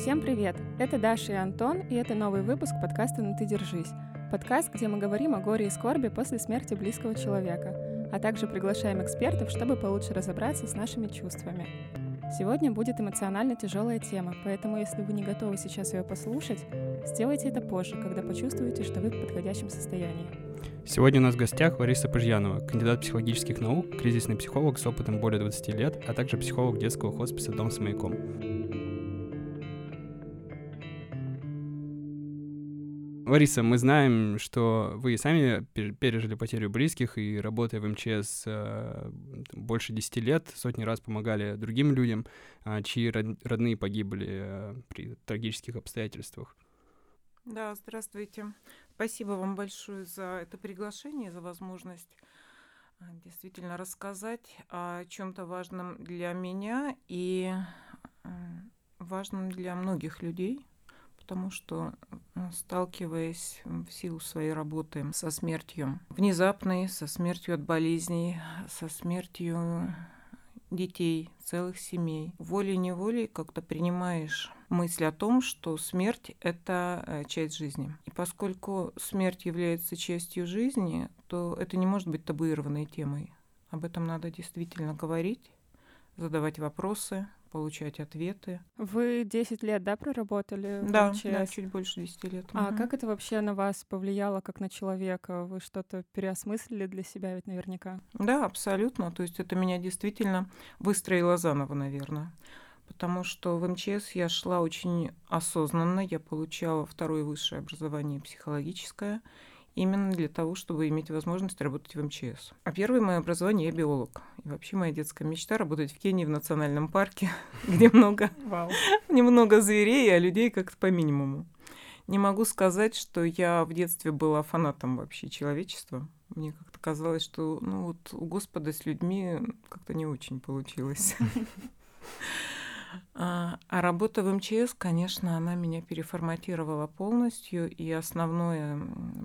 Всем привет! Это Даша и Антон, и это новый выпуск подкаста «Ну ты держись». Подкаст, где мы говорим о горе и скорби после смерти близкого человека, а также приглашаем экспертов, чтобы получше разобраться с нашими чувствами. Сегодня будет эмоционально тяжелая тема, поэтому если вы не готовы сейчас ее послушать, сделайте это позже, когда почувствуете, что вы в подходящем состоянии. Сегодня у нас в гостях Лариса Пыжьянова, кандидат психологических наук, кризисный психолог с опытом более 20 лет, а также психолог детского хосписа «Дом с маяком». Лариса, мы знаем, что вы сами пережили потерю близких и, работая в МЧС больше 10 лет, сотни раз помогали другим людям, чьи родные погибли при трагических обстоятельствах. Да, здравствуйте. Спасибо вам большое за это приглашение, за возможность действительно рассказать о чем-то важном для меня и важном для многих людей, потому что, сталкиваясь в силу своей работы со смертью внезапной, со смертью от болезней, со смертью детей, целых семей, волей-неволей как-то принимаешь мысль о том, что смерть — это часть жизни. И поскольку смерть является частью жизни, то это не может быть табуированной темой. Об этом надо действительно говорить, задавать вопросы, получать ответы. Вы 10 лет, проработали в Да, МЧС? чуть больше 10 лет. Как это вообще на вас повлияло, как на человека? Вы что-то переосмыслили для себя ведь наверняка? Да, абсолютно. То есть это меня действительно выстроило заново, наверное. Потому что в МЧС я шла очень осознанно. Я получала второе высшее образование психологическое именно для того, чтобы иметь возможность работать в МЧС. А первое мое образование — я биолог. И вообще моя детская мечта — работать в Кении в национальном парке, где немного зверей, а людей как-то по минимуму. Не могу сказать, что я в детстве была фанатом вообще человечества. Мне как-то казалось, что у Господа с людьми как-то не очень получилось. А работа в МЧС, конечно, она меня переформатировала полностью, и основное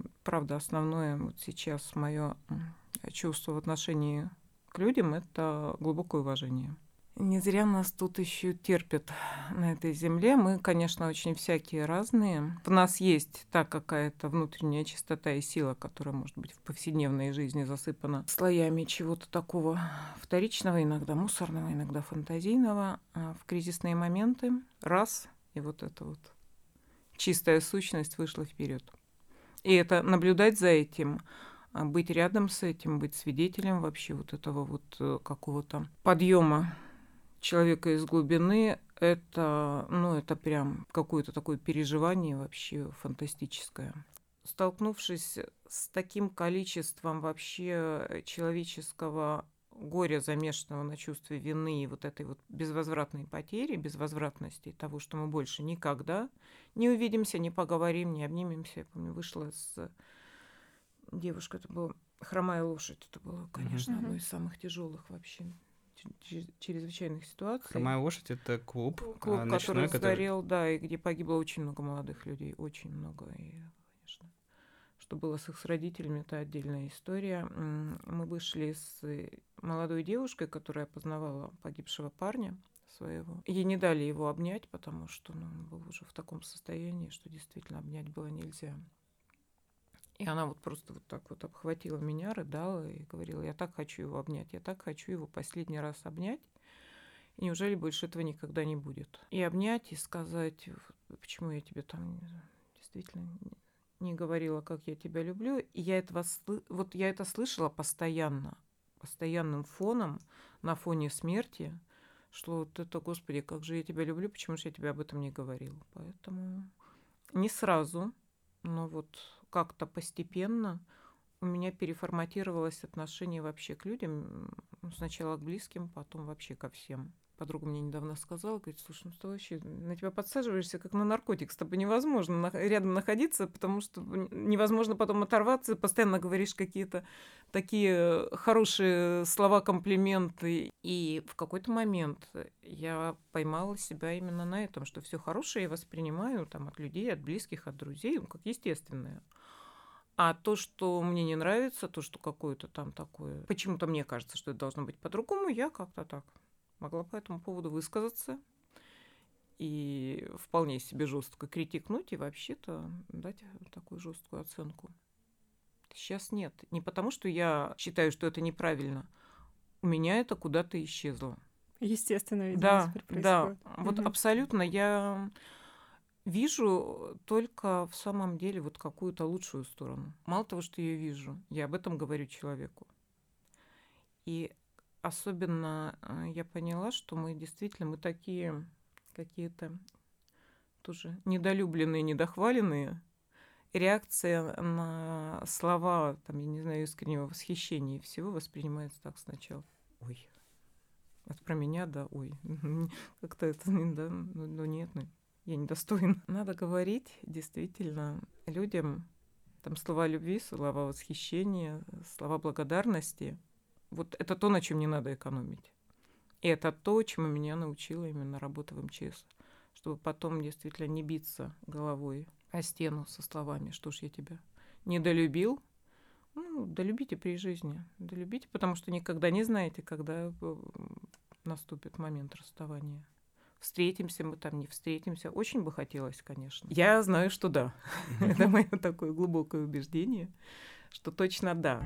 вот сейчас мое чувство в отношении к людям — это глубокое уважение. Не зря нас тут еще терпят на этой земле. Мы, конечно, очень всякие разные. В нас есть та какая-то внутренняя чистота и сила, которая, может быть, в повседневной жизни засыпана слоями чего-то такого вторичного, иногда мусорного, иногда фантазийного. А в кризисные моменты и вот эта вот чистая сущность вышла вперед. И это наблюдать за этим, быть рядом с этим, быть свидетелем вообще вот этого вот какого-то подъема человека из глубины, это прям какое-то такое переживание вообще фантастическое. Столкнувшись с таким количеством вообще человеческого горя, замешанного на чувстве вины и вот этой вот безвозвратной потери, безвозвратности того, что мы больше никогда не увидимся, не поговорим, не обнимемся. Я помню, вышла с девушкой, это была «Хромая лошадь». Это было, конечно, одно из самых тяжелых вообще чрезвычайных ситуаций. «Хромая лошадь» — это клуб который сгорел, да, и где погибло очень много молодых людей, очень много. И, конечно, что было с их родителями, это отдельная история. Мы вышли с молодой девушкой, которая опознавала погибшего парня своего. Ей не дали его обнять, потому что он был уже в таком состоянии, что действительно обнять было нельзя. И она вот просто вот так вот обхватила меня, рыдала и говорила: я так хочу его обнять, я так хочу его последний раз обнять. И неужели больше этого никогда не будет? И обнять, и сказать: почему я тебе там действительно не говорила, как я тебя люблю. И я это слышала постоянным фоном, на фоне смерти, что вот это, Господи, как же я тебя люблю, почему же я тебе об этом не говорила. Поэтому не сразу, но вот как-то постепенно у меня переформатировалось отношение вообще к людям. Сначала к близким, потом вообще ко всем. Подруга мне недавно сказала, говорит: слушай, ты вообще на тебя подсаживаешься как на наркотик, с тобой невозможно рядом находиться, потому что невозможно потом оторваться, постоянно говоришь какие-то такие хорошие слова, комплименты. И в какой-то момент я поймала себя именно на этом, что все хорошее я воспринимаю от людей, от близких, от друзей, как естественное. А то, что мне не нравится, то, что какое-то там такое, почему-то мне кажется, что это должно быть по-другому, я как-то так могла по этому поводу высказаться. и вполне себе жестко критикнуть и вообще-то дать такую жесткую оценку. Сейчас нет. Не потому, что я считаю, что это неправильно. У меня это куда-то исчезло. Естественно, видимо, теперь происходит. Да. Вот абсолютно я вижу только в самом деле вот какую-то лучшую сторону. Мало того, что я вижу, я об этом говорю человеку. И особенно я поняла, что мы действительно, мы такие какие-то тоже недолюбленные, недохваленные. Реакция на слова, там, я не знаю, искреннего восхищения и всего воспринимается так сначала. Ой, это про меня, да, ой, как-то это, да, ну нет, я недостойна. Надо говорить действительно людям там слова любви, слова восхищения, слова благодарности. Вот это то, на чем не надо экономить. И это то, чему меня научила именно работа в МЧС. Чтобы потом действительно не биться головой о стену со словами, что ж я тебя недолюбил. Ну, долюбите при жизни. Долюбите, потому что никогда не знаете, когда наступит момент расставания. Встретимся мы там, не встретимся. Очень бы хотелось, конечно. Я знаю, что да. Это мое такое глубокое убеждение, что точно да.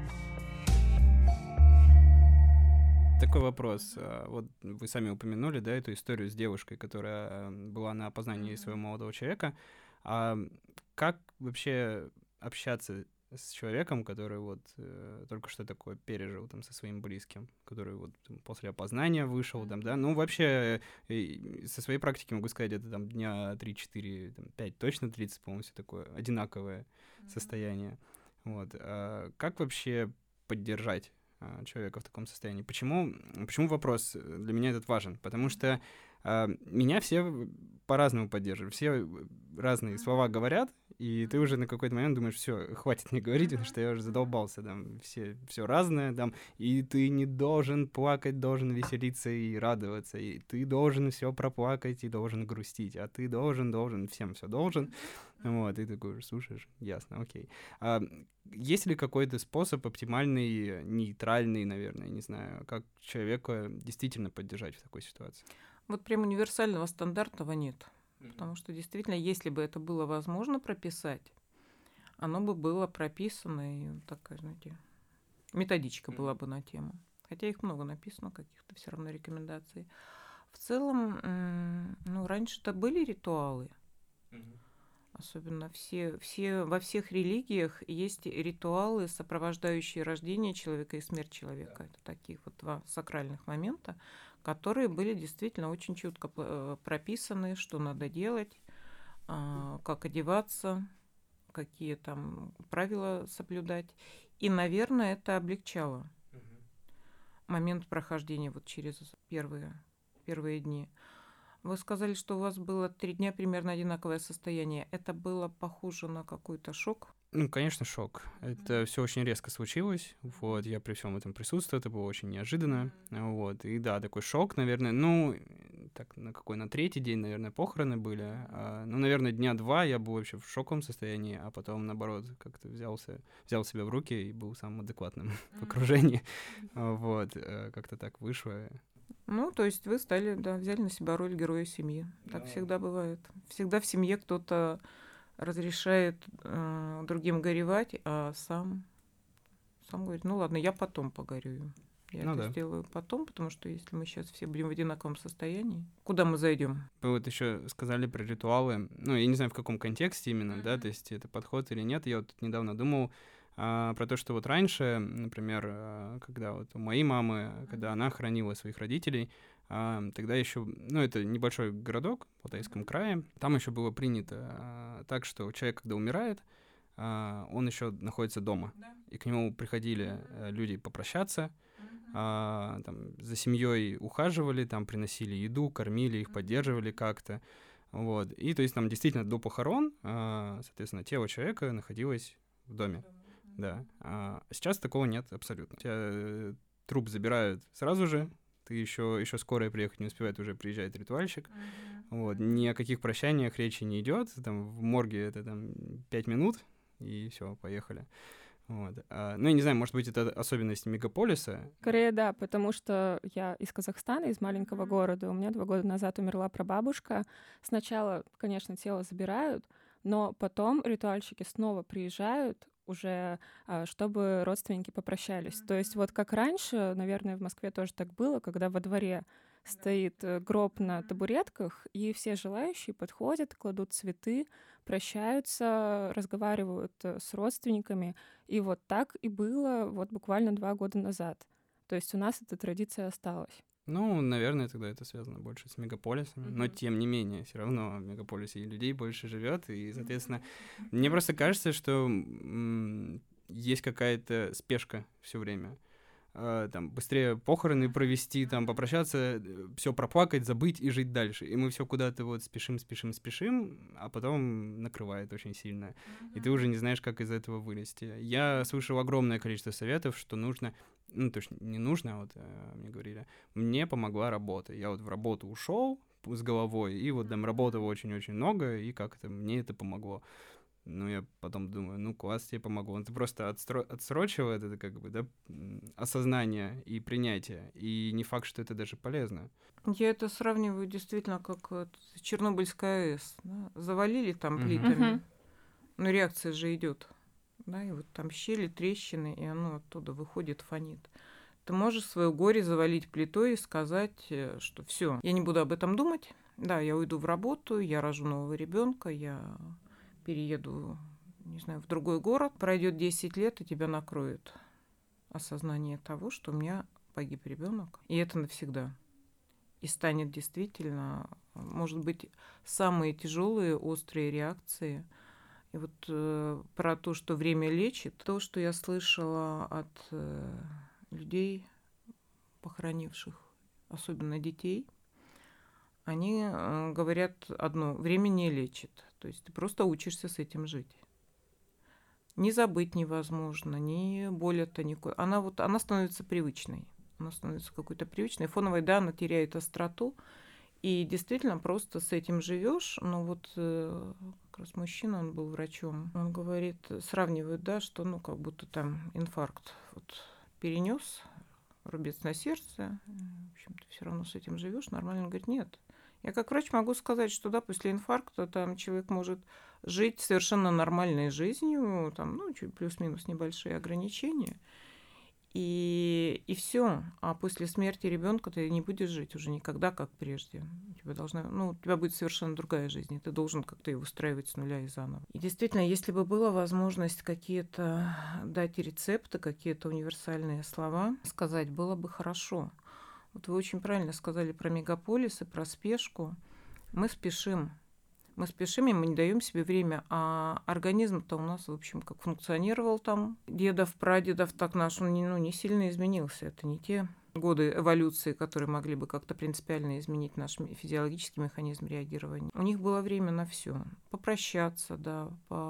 Такой вопрос. Вот вы сами упомянули, да, эту историю с девушкой, которая была на опознании своего молодого человека. А как вообще общаться с человеком, который вот только что такое пережил там со своим близким, который вот после опознания вышел, там, да, ну вообще со своей практики могу сказать, это там дня 3-4, 5, точно 30, по-моему, все такое одинаковое состояние. Вот. А как вообще поддержать человека в таком состоянии? Почему вопрос для меня этот важен? Потому что меня все по-разному поддерживают, все разные слова говорят, и ты уже на какой-то момент думаешь, все, хватит мне говорить, потому что я уже задолбался, там, все разное, там, и ты не должен плакать, должен веселиться и радоваться, и ты должен все проплакать и должен грустить, а ты должен, всем все должен, вот, и ты такой уже слушаешь, ясно, окей. Есть ли какой-то способ оптимальный, нейтральный, наверное, не знаю, как человека действительно поддержать в такой ситуации? Вот прям универсального стандартного нет. Потому что действительно, если бы это было возможно прописать, оно бы было прописано, и такая, знаете, методичка была бы на тему. Хотя их много написано, каких-то все равно рекомендаций. В целом, ну, раньше-то были ритуалы. Особенно во всех религиях есть ритуалы, сопровождающие рождение человека и смерть человека. Это такие вот два сакральных момента, которые были действительно очень четко прописаны, что надо делать, как одеваться, какие там правила соблюдать. И, наверное, это облегчало момент прохождения вот через первые дни. Вы сказали, что у вас было 3 дня примерно одинаковое состояние. Это было похоже на какой-то шок? Ну, конечно, шок. Это все очень резко случилось. Вот, я при всем этом присутствовал, это было очень неожиданно. Вот, и да, такой шок, наверное. Ну, так, на 3-й день, наверное, похороны были. Ну, наверное, дня 2 я был вообще в шоковом состоянии, а потом, наоборот, как-то взял себя в руки и был самым адекватным в окружении. Вот, как-то так вышло. Ну, то есть вы взяли на себя роль героя семьи. Так всегда бывает. Всегда в семье кто-то разрешает другим горевать, а сам говорит, ну ладно, я потом погорюю. Я это сделаю потом, потому что если мы сейчас все будем в одинаковом состоянии, куда мы зайдем? Вы вот еще сказали про ритуалы. Ну, я не знаю, в каком контексте именно, да, то есть это подход или нет. Я вот недавно думал про то, что вот раньше, например, когда вот у моей мамы, когда она хоронила своих родителей, тогда еще, ну, это небольшой городок в Алтайском крае, там еще было принято так, что человек, когда умирает, он еще находится дома, и к нему приходили люди попрощаться, там, за семьей ухаживали, там приносили еду, кормили их, поддерживали как-то, вот, и то есть там действительно до похорон, соответственно, тело человека находилось в доме. Да. А сейчас такого нет абсолютно. Тебя труп забирают сразу же, ты еще скорая приехать не успевает, уже приезжает ритуальщик. Вот. Ни о каких прощаниях речи не идет. Там в морге это там 5 минут, и все, поехали. Вот. Ну, я не знаю, может быть, это особенность мегаполиса? Скорее, да, потому что я из Казахстана, из маленького города. У меня 2 года назад умерла прабабушка. Сначала, конечно, тело забирают, но потом ритуальщики снова приезжают уже, чтобы родственники попрощались. То есть вот как раньше, наверное, в Москве тоже так было, когда во дворе стоит гроб на табуретках, и все желающие подходят, кладут цветы, прощаются, разговаривают с родственниками. И вот так и было вот буквально 2 года назад. То есть у нас эта традиция осталась. Ну, наверное, тогда это связано больше с мегаполисами, но тем не менее, все равно в мегаполисе и людей больше живет, и, соответственно, мне просто кажется, что есть какая-то спешка все время. Там быстрее похороны провести, там попрощаться, все проплакать, забыть и жить дальше. И мы все куда-то вот спешим, а потом накрывает очень сильно. И ты уже не знаешь, как из этого вылезти. Я слышал огромное количество советов, что нужно, ну, то есть не нужно, вот мне говорили, мне помогла работа. Я вот в работу ушел с головой, и вот там работал очень-очень много, и как-то мне это помогло. Ну, я потом думаю, ну, класс, тебе помогло. Ты просто отсрочил это, как бы, да, осознание и принятие. И не факт, что это даже полезно. Я это сравниваю действительно как вот Чернобыльская АЭС. Да? Завалили там плитами, но реакция же идет. Да, и вот там щели, трещины, и оно оттуда выходит, фонит. Ты можешь свое горе завалить плитой и сказать, что все, я не буду об этом думать. Да, я уйду в работу, я рожу нового ребенка, я перееду, не знаю, в другой город, пройдет 10 лет, и тебя накроет осознание того, что у меня погиб ребенок, и это навсегда. И станет действительно, может быть, самые тяжелые, острые реакции. И вот про то, что время лечит, то, что я слышала от людей, похоронивших, особенно детей, они говорят одно: время не лечит. То есть ты просто учишься с этим жить. Не забыть невозможно, ни боль это никакой. Она становится привычной. Она становится какой-то привычной. Фоновая, да, она теряет остроту. И действительно просто с этим живешь. Но вот как раз мужчина, он был врачом, он говорит, сравнивает, да, что ну как будто там инфаркт вот перенес, рубец на сердце. В общем-то, все равно с этим живешь. Нормально. Он говорит, нет. Я как врач могу сказать, что да, после инфаркта там человек может жить совершенно нормальной жизнью, там, ну, чуть плюс-минус небольшие ограничения, и все. А после смерти ребенка ты не будешь жить уже никогда, как прежде. У тебя будет совершенно другая жизнь, и ты должен как-то ее выстраивать с нуля и заново. И действительно, если бы была возможность какие-то дать рецепты, какие-то универсальные слова сказать, было бы хорошо. Вот вы очень правильно сказали про мегаполисы, про спешку. Мы спешим, и мы не даем себе время. А организм-то у нас, в общем, как функционировал там дедов, прадедов, так наш, он не сильно изменился. Это не те годы эволюции, которые могли бы как-то принципиально изменить наш физиологический механизм реагирования. У них было время на все. Попрощаться, да.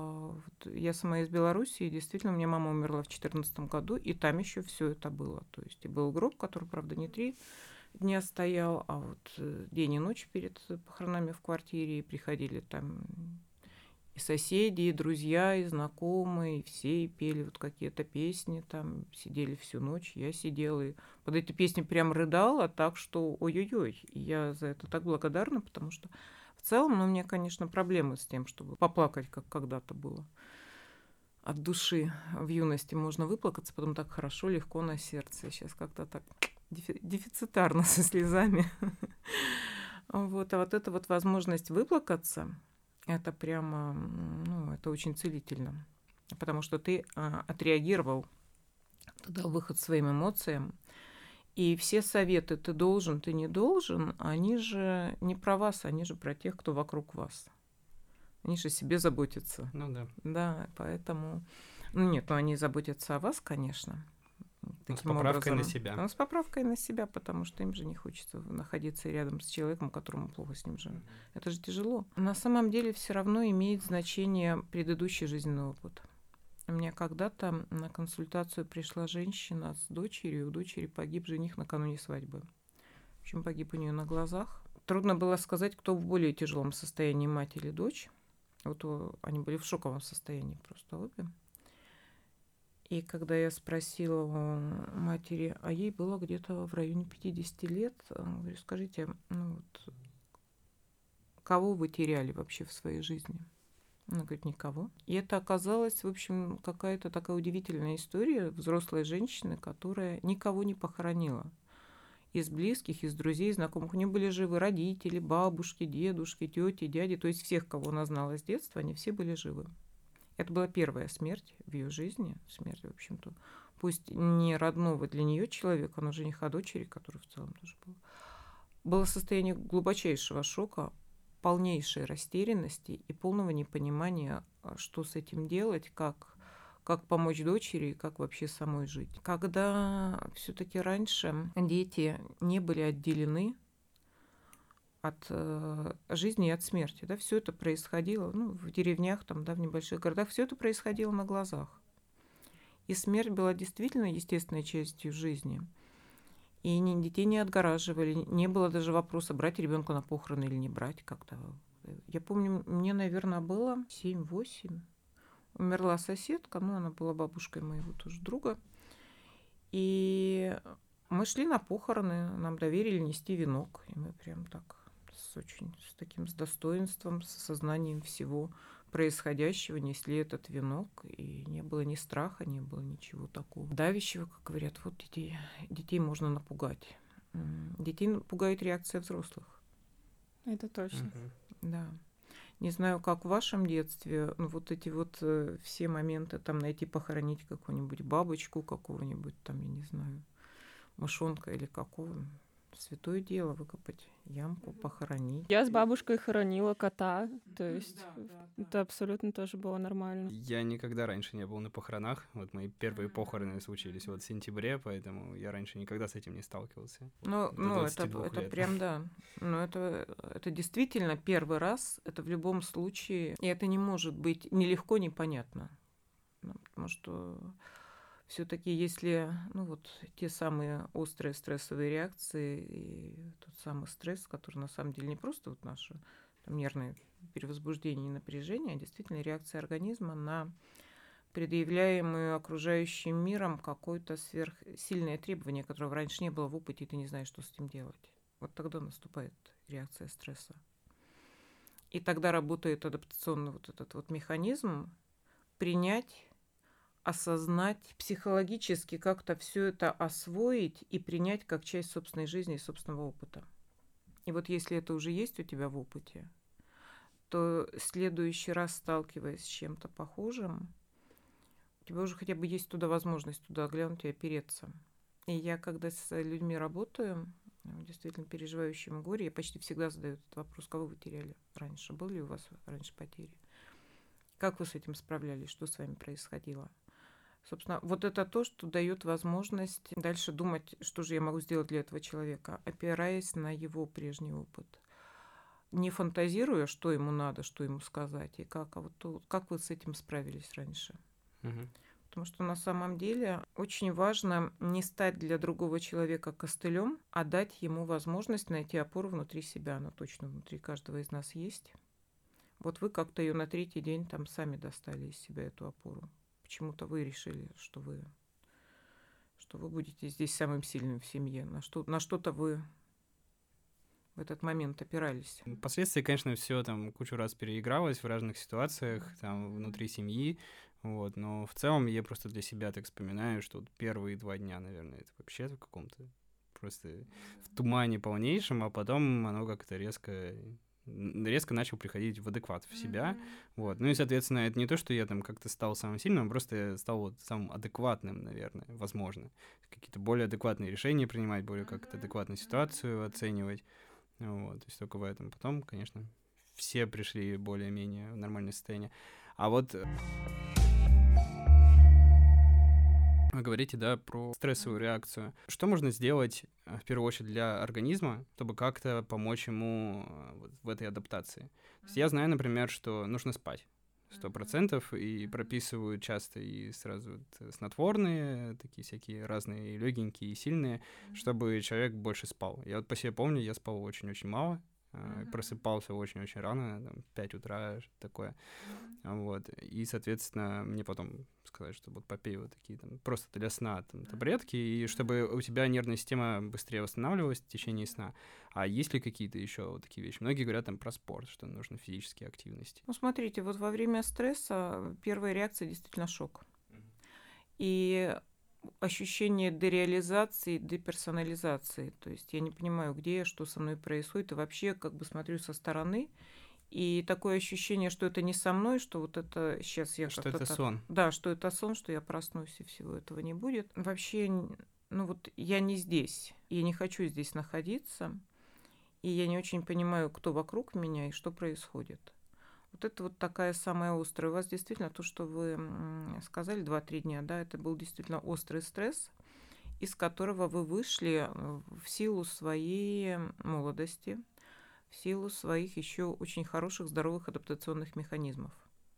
Я сама из Белоруссии, и действительно, у меня мама умерла в 2014 году, и там еще все это было. То есть и был гроб, который, правда, не 3 дня стоял, а вот день и ночь перед похоронами в квартире, и приходили там и соседи, и друзья, и знакомые, и все, и пели вот какие-то песни, там сидели всю ночь, я сидела, и под эти песни прям рыдала, так что ой-ой-ой, и я за это так благодарна, потому что в целом, у меня, конечно, проблемы с тем, чтобы поплакать, как когда-то было. От души в юности можно выплакаться, потом так хорошо, легко на сердце, сейчас как-то так дефицитарно со слезами. Вот. А вот эта вот возможность выплакаться, это прямо, это очень целительно. Потому что ты отреагировал, ты дал выход своим эмоциям. И все советы «ты должен, ты не должен», они же не про вас, они же про тех, кто вокруг вас. Они же о себе заботятся. Ну да. Да, поэтому... они заботятся о вас, конечно. С поправкой на себя. С поправкой на себя, потому что им же не хочется находиться рядом с человеком, которому плохо с ним живет. Это же тяжело. На самом деле все равно имеет значение предыдущий жизненный опыт. У меня когда-то на консультацию пришла женщина с дочерью. У дочери погиб жених накануне свадьбы. В общем, погиб у нее на глазах. Трудно было сказать, кто в более тяжелом состоянии, мать или дочь. Вот они были в шоковом состоянии просто обе. И когда я спросила у матери, а ей было где-то в районе 50 лет, говорю, скажите, ну вот, кого вы теряли вообще в своей жизни? Она говорит, никого. И это оказалась, в общем, какая-то такая удивительная история взрослой женщины, которая никого не похоронила. Из близких, из друзей, знакомых. У нее были живы родители, бабушки, дедушки, тети, дяди. То есть всех, кого она знала с детства, они все были живы. Это была первая смерть в ее жизни. Смерть, в общем-то, пусть не родного для нее человека, но жениха дочери, который в целом тоже был. Было состояние глубочайшего шока, полнейшей растерянности и полного непонимания, что с этим делать, как помочь дочери и как вообще самой жить. Когда все-таки раньше дети не были отделены от жизни и от смерти, да, все это происходило, ну, в деревнях, там, да, в небольших городах, все это происходило на глазах. И смерть была действительно естественной частью жизни. И детей не отгораживали, не было даже вопроса, брать ребенка на похороны или не брать как-то. Я помню, мне, наверное, было 7-8. Умерла соседка, ну, она была бабушкой моего тоже друга. И мы шли на похороны, нам доверили нести венок. И мы прям так с таким достоинством, с осознанием всего происходящего несли этот венок, и не было ни страха, не было ничего такого давящего, как говорят, вот детей можно напугать. Детей пугает реакция взрослых. Это точно. Да. Не знаю, как в вашем детстве, но вот эти вот все моменты, там найти, похоронить какую-нибудь бабочку, какого-нибудь там, я не знаю, мышонка или какого. Святое дело выкопать ямку, похоронить. Я с бабушкой хоронила кота, то есть это абсолютно тоже было нормально. Я никогда раньше не был на похоронах. Вот мои первые похороны случились вот в сентябре, поэтому я раньше никогда с этим не сталкивался. Ну это прям да. Но это действительно первый раз, это в любом случае, и это не может быть ни легко, ни понятно. Потому что все-таки если, ну вот, те самые острые стрессовые реакции и тот самый стресс, который на самом деле не просто вот наше там, нервное перевозбуждение и напряжение, а действительно реакция организма на предъявляемое окружающим миром какое-то сверхсильное требование, которого раньше не было в опыте, и ты не знаешь, что с этим делать. Вот тогда наступает реакция стресса. И тогда работает адаптационный вот этот вот механизм принять, осознать, психологически как-то все это освоить и принять как часть собственной жизни и собственного опыта. И вот если это уже есть у тебя в опыте, то в следующий раз, сталкиваясь с чем-то похожим, у тебя уже хотя бы есть туда возможность туда глянуть и опереться. И я, когда с людьми работаю, действительно переживающими горе, я почти всегда задаю этот вопрос: кого вы теряли раньше? Были ли у вас раньше потери? Как вы с этим справлялись? Что с вами происходило? Собственно, вот это то, что дает возможность дальше думать, что же я могу сделать для этого человека, опираясь на его прежний опыт. Не фантазируя, что ему надо, что ему сказать, и как, а вот как вы с этим справились раньше. Потому что на самом деле очень важно не стать для другого человека костылем, а дать ему возможность найти опору внутри себя. Она точно внутри каждого из нас есть. Вот вы как-то ее на третий день там сами достали из себя, эту опору. Почему-то вы решили, что вы будете здесь самым сильным в семье. На что-то вы в этот момент опирались. Впоследствии, конечно, все там кучу раз переигралось в разных ситуациях, там, внутри семьи, вот, но в целом я просто для себя так вспоминаю, что вот первые 2 дня, наверное, это вообще в каком-то просто в тумане полнейшем, а потом оно как-то резко начал приходить в адекват в себя, вот, ну и, соответственно, это не то, что я там как-то стал самым сильным, просто я стал вот самым адекватным, наверное, возможно, какие-то более адекватные решения принимать, более как-то адекватную ситуацию оценивать, вот, то есть только в этом. Потом, конечно, все пришли более-менее в нормальное состояние. А вот вы говорите, да, про стрессовую реакцию. Что можно сделать, в первую очередь, для организма, чтобы как-то помочь ему вот в этой адаптации? То есть я знаю, например, что нужно спать 100%, и прописывают часто и сразу вот снотворные, такие всякие разные, легенькие и сильные, чтобы человек больше спал. Я вот по себе помню, я спал очень-очень мало, просыпался очень-очень рано, там, 5 утра, что-то такое. Вот. И, соответственно, мне потом сказать, что вот попей вот такие там просто для сна там, таблетки, и чтобы у тебя нервная система быстрее восстанавливалась в течение сна. А есть ли какие-то еще вот такие вещи? Многие говорят там про спорт, что нужно физические активности. Ну, смотрите, вот во время стресса первая реакция действительно шок. И ощущение дереализации, деперсонализации. То есть я не понимаю, где я, что со мной происходит, и вообще как бы смотрю со стороны. И такое ощущение, что это не со мной, что вот это сейчас я что как-то это так... сон. Да, что это сон, что я проснусь, и всего этого не будет. Вообще, ну вот я не здесь, я не хочу здесь находиться, и я не очень понимаю, кто вокруг меня и что происходит. Вот это вот такая самая острая. У вас действительно то, что вы сказали, 2-3 дня, да, это был действительно острый стресс, из которого вы вышли в силу своей молодости, в силу своих еще очень хороших, здоровых адаптационных механизмов.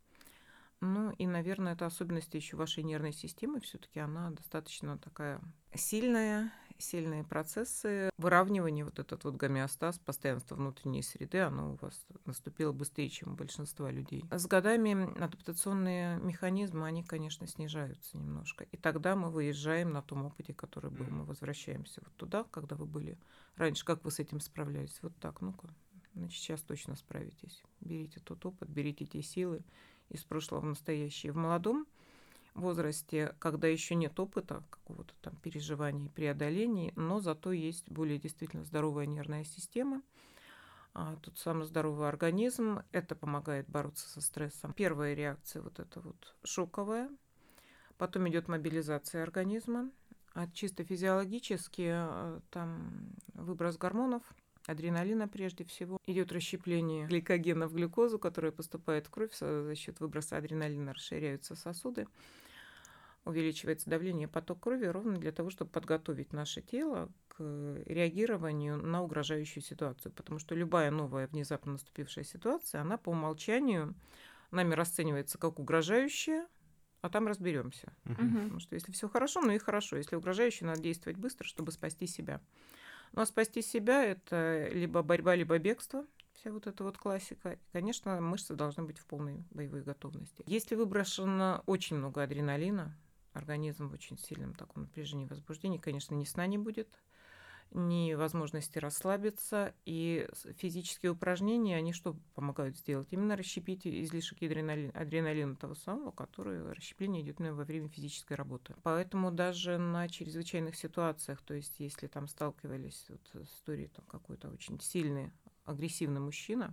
Ну и, наверное, это особенность еще вашей нервной системы. Все-таки она достаточно такая сильная, сильные процессы выравнивания, вот этот вот гомеостаз, постоянство внутренней среды, оно у вас наступило быстрее, чем у большинства людей. С годами адаптационные механизмы, они, конечно, снижаются немножко. И тогда мы выезжаем на том опыте, который был, мы возвращаемся вот туда, когда вы были раньше. Как вы с этим справлялись? Вот так, ну-ка, значит, сейчас точно справитесь. Берите тот опыт, берите те силы из прошлого в настоящее. В молодом возрасте, когда еще нет опыта какого-то там переживания и преодолений, но зато есть более действительно здоровая нервная система, тот самый здоровый организм, это помогает бороться со стрессом. Первая реакция вот эта вот шоковая, потом идет мобилизация организма, а чисто физиологически там выброс гормонов, адреналина прежде всего. Идет расщепление гликогена в глюкозу, которая поступает в кровь, за счет выброса адреналина расширяются сосуды, увеличивается давление, поток крови ровно для того, чтобы подготовить наше тело к реагированию на угрожающую ситуацию. Потому что любая новая внезапно наступившая ситуация, она по умолчанию нами расценивается как угрожающая, а там разберемся. Потому что если все хорошо, ну и хорошо. Если угрожающе, надо действовать быстро, чтобы спасти себя. Ну а спасти себя – это либо борьба, либо бегство. Вся вот эта вот классика. И, конечно, мышцы должны быть в полной боевой готовности. Если выброшено очень много адреналина, организм в очень сильном таком напряжении, возбуждении, конечно, ни сна не будет, ни возможности расслабиться. И физические упражнения, они что помогают сделать? Именно расщепить излишек адреналина того самого, который расщепление идет во время физической работы. Поэтому даже на чрезвычайных ситуациях, то есть если там сталкивались вот с историей там, какой-то очень сильный, агрессивный мужчина,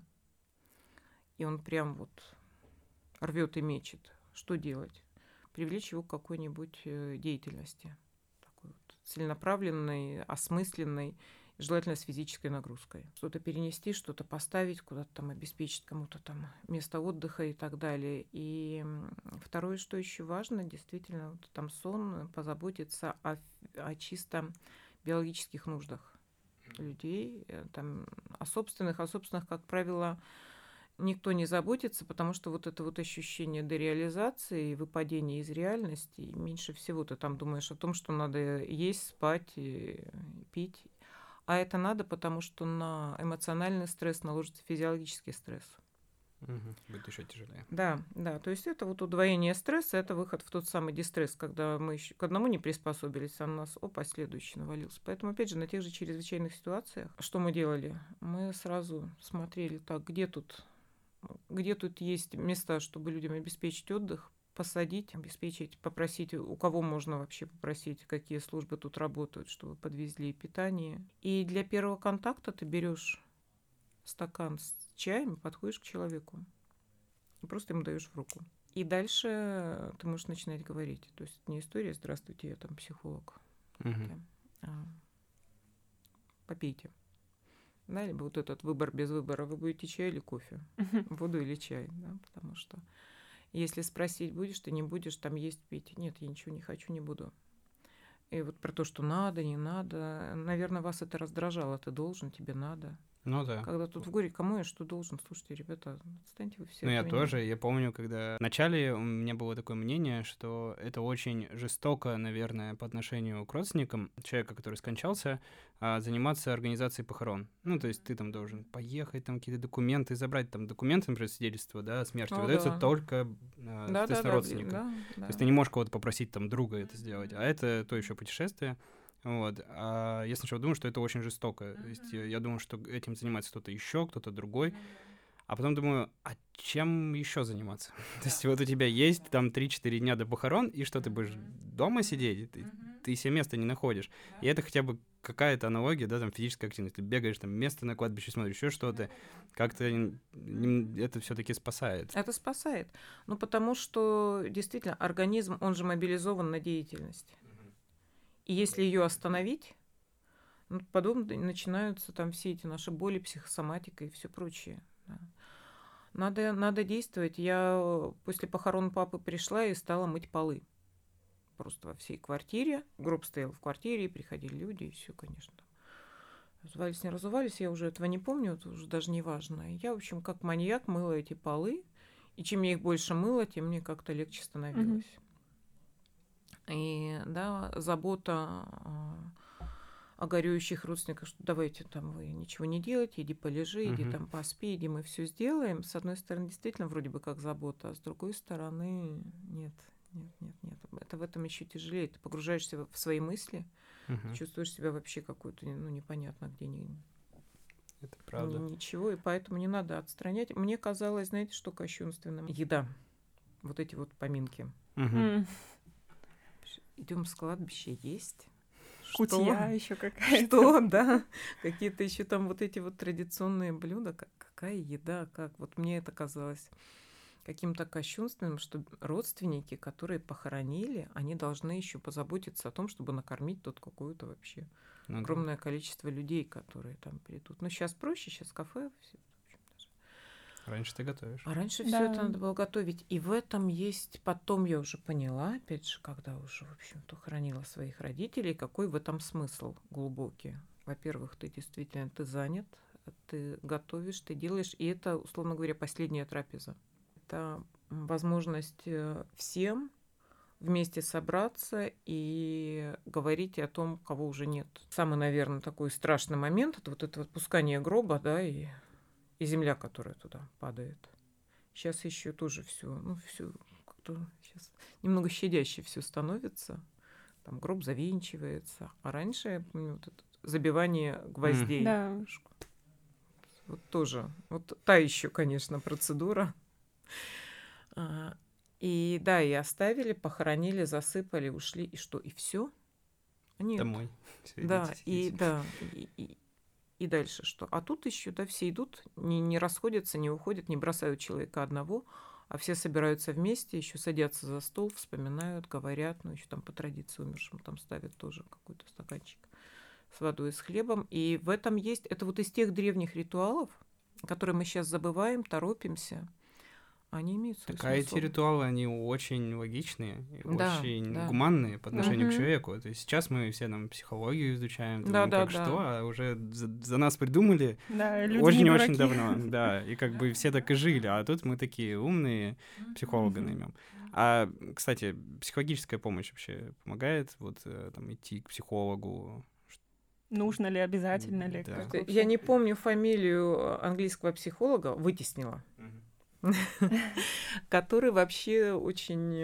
и он прям вот рвет и мечет, что делать? Привлечь его к какой-нибудь деятельности. Целенаправленной, осмысленной, желательно с физической нагрузкой. Что-то перенести, что-то поставить, куда-то там обеспечить кому-то там место отдыха и так далее. И второе, что еще важно, действительно, вот там сон, позаботиться о чисто биологических нуждах людей, там, о собственных, как правило, никто не заботится, потому что вот это вот ощущение дереализации, выпадения из реальности, меньше всего ты там думаешь о том, что надо есть, спать, пить. А это надо, потому что на эмоциональный стресс наложится физиологический стресс. Будет еще тяжелее. Да, то есть это вот удвоение стресса, это выход в тот самый дистресс, когда мы еще к одному не приспособились, а на нас, следующий навалился. Поэтому, опять же, на тех же чрезвычайных ситуациях, что мы делали? Мы сразу смотрели, так, где тут есть места, чтобы людям обеспечить отдых, посадить, обеспечить, попросить, у кого можно вообще попросить, какие службы тут работают, чтобы подвезли питание. И для первого контакта ты берешь стакан с чаем и подходишь к человеку. И просто ему даешь в руку. И дальше ты можешь начинать говорить. То есть не история «Здравствуйте, я там психолог». Попейте. Да, либо вот этот выбор без выбора. Вы будете чай или кофе? Воду или чай? Да, потому что если спросить, будешь ты, не будешь там есть, пить. Нет, я ничего не хочу, не буду. И вот про то, что надо, не надо. Наверное, вас это раздражало. Ты должен, тебе надо. Ну да. Когда тут в горе, кому я что должен? Слушайте, ребята, отстаньте вы все. Ну я тоже. Я помню, когда вначале у меня было такое мнение, что это очень жестоко, наверное, по отношению к родственникам человека, который скончался. заниматься организацией похорон. Ну, то есть ты там должен поехать, там какие-то документы забрать, там документы, например, свидетельство, да, о смерти выдается только, соответственно, родственникам. То есть ты не можешь кого-то попросить, там, друга это сделать, а это то еще путешествие. Вот. А я сначала думал, что это очень жестоко. То есть я думал, что этим занимается кто-то еще, кто-то другой. А потом думаю, а чем еще заниматься? То есть вот у тебя есть там 3-4 дня до похорон, и что, ты будешь дома сидеть? Ты себе места не находишь. И это хотя бы какая-то аналогия, да, там физическая активность. Ты бегаешь, там место на кладбище смотришь, еще что-то. Как-то это все-таки спасает. Это спасает. Ну, потому что действительно организм, он же мобилизован на деятельность. И если ее остановить, ну, потом начинаются там все эти наши боли, психосоматика и все прочее. Да. Надо действовать. Я после похорон папы пришла и стала мыть полы. Просто во всей квартире. Гроб стоял в квартире, и приходили люди, и все, конечно. Разувались, не разувались, я уже этого не помню, это уже даже не важно. Я, в общем, как маньяк мыла эти полы, и чем я их больше мыла, тем мне как-то легче становилось. И, да, забота о горюющих родственниках, что давайте там вы ничего не делайте, иди полежи, иди там поспи, иди мы все сделаем. С одной стороны, действительно, вроде бы как забота, а с другой стороны, нет. Это в этом еще тяжелее. Ты погружаешься в свои мысли, чувствуешь себя вообще какой-то, ну, непонятно где, это правда. Ничего, и поэтому не надо отстранять. Мне казалось, знаете, что кощунственным? Еда. Вот эти вот поминки. Идем с кладбища есть. Кутья еще какая-то. Что, да. Какие-то еще там вот эти вот традиционные блюда. Какая еда, как. Вот мне это казалось каким-то кощунственным, что родственники, которые похоронили, они должны еще позаботиться о том, чтобы накормить тут какое-то вообще огромное количество людей, которые там придут. Но сейчас проще, сейчас кафе. Все, раньше ты готовишь. А раньше все это надо было готовить. И в этом есть... Потом я уже поняла, опять же, когда уже, в общем-то, хоронила своих родителей, какой в этом смысл глубокий. Во-первых, ты действительно, ты занят, ты готовишь, ты делаешь, и это, условно говоря, последняя трапеза. Это возможность всем вместе собраться и говорить о том, кого уже нет. Самый, наверное, такой страшный момент — это вот это отпускание гроба, да, и земля, которая туда падает. Сейчас еще тоже все, ну, все как-то сейчас немного щадяще все становится. Там гроб завинчивается. А раньше, я помню, вот это забивание гвоздей. Да. Вот тоже. Вот та еще, конечно, процедура. И да, и оставили, похоронили, засыпали, ушли. И что? И все? Нет. Домой. Да, и дальше что? А тут еще, да, все идут, не расходятся, не уходят, не бросают человека одного, а все собираются вместе, еще садятся за стол, вспоминают, говорят, ну, еще там по традиции умершим там ставят тоже какой-то стаканчик с водой и с хлебом. И в этом есть, это вот из тех древних ритуалов, которые мы сейчас забываем, торопимся, они имеют свой смысл. Эти ритуалы, они очень логичные, очень да. гуманные по отношению к человеку. То есть сейчас мы все там психологию изучаем, что, а уже за нас придумали очень-очень давно. Да, и как бы все так и жили, а тут мы такие умные, психолога наймем. А, кстати, психологическая помощь вообще помогает вот там идти к психологу? Нужно ли, обязательно ли? Да. Я не помню фамилию английского психолога, вытеснила. Который вообще очень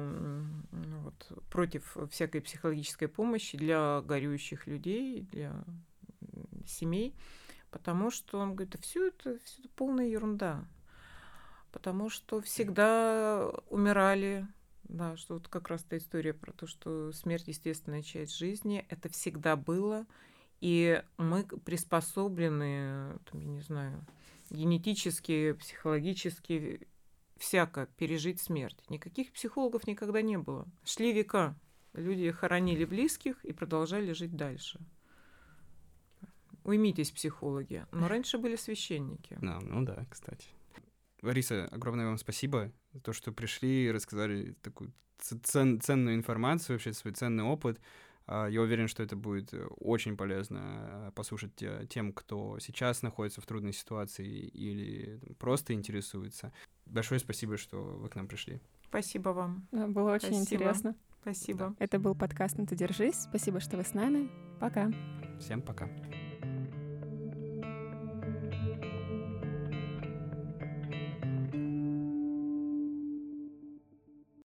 против всякой психологической помощи для горюющих людей, для семей, потому что он говорит, все это полная ерунда, потому что всегда умирали, да, что вот как раз та история про то, что смерть — естественная часть жизни, это всегда было, и мы приспособлены, там, я не знаю, генетически, психологически, всяко пережить смерть. Никаких психологов никогда не было. Шли века. Люди хоронили близких и продолжали жить дальше. Уймитесь, психологи. Но раньше были священники. Ну да, кстати. Лариса, огромное вам спасибо за то, что пришли и рассказали такую ценную информацию, вообще свой ценный опыт. Я уверен, что это будет очень полезно послушать тем, кто сейчас находится в трудной ситуации или просто интересуется. Большое спасибо, что вы к нам пришли. Спасибо вам. Было очень интересно. Спасибо. Это был подкаст «Ну ты держись». Спасибо, что вы с нами. Пока. Всем пока.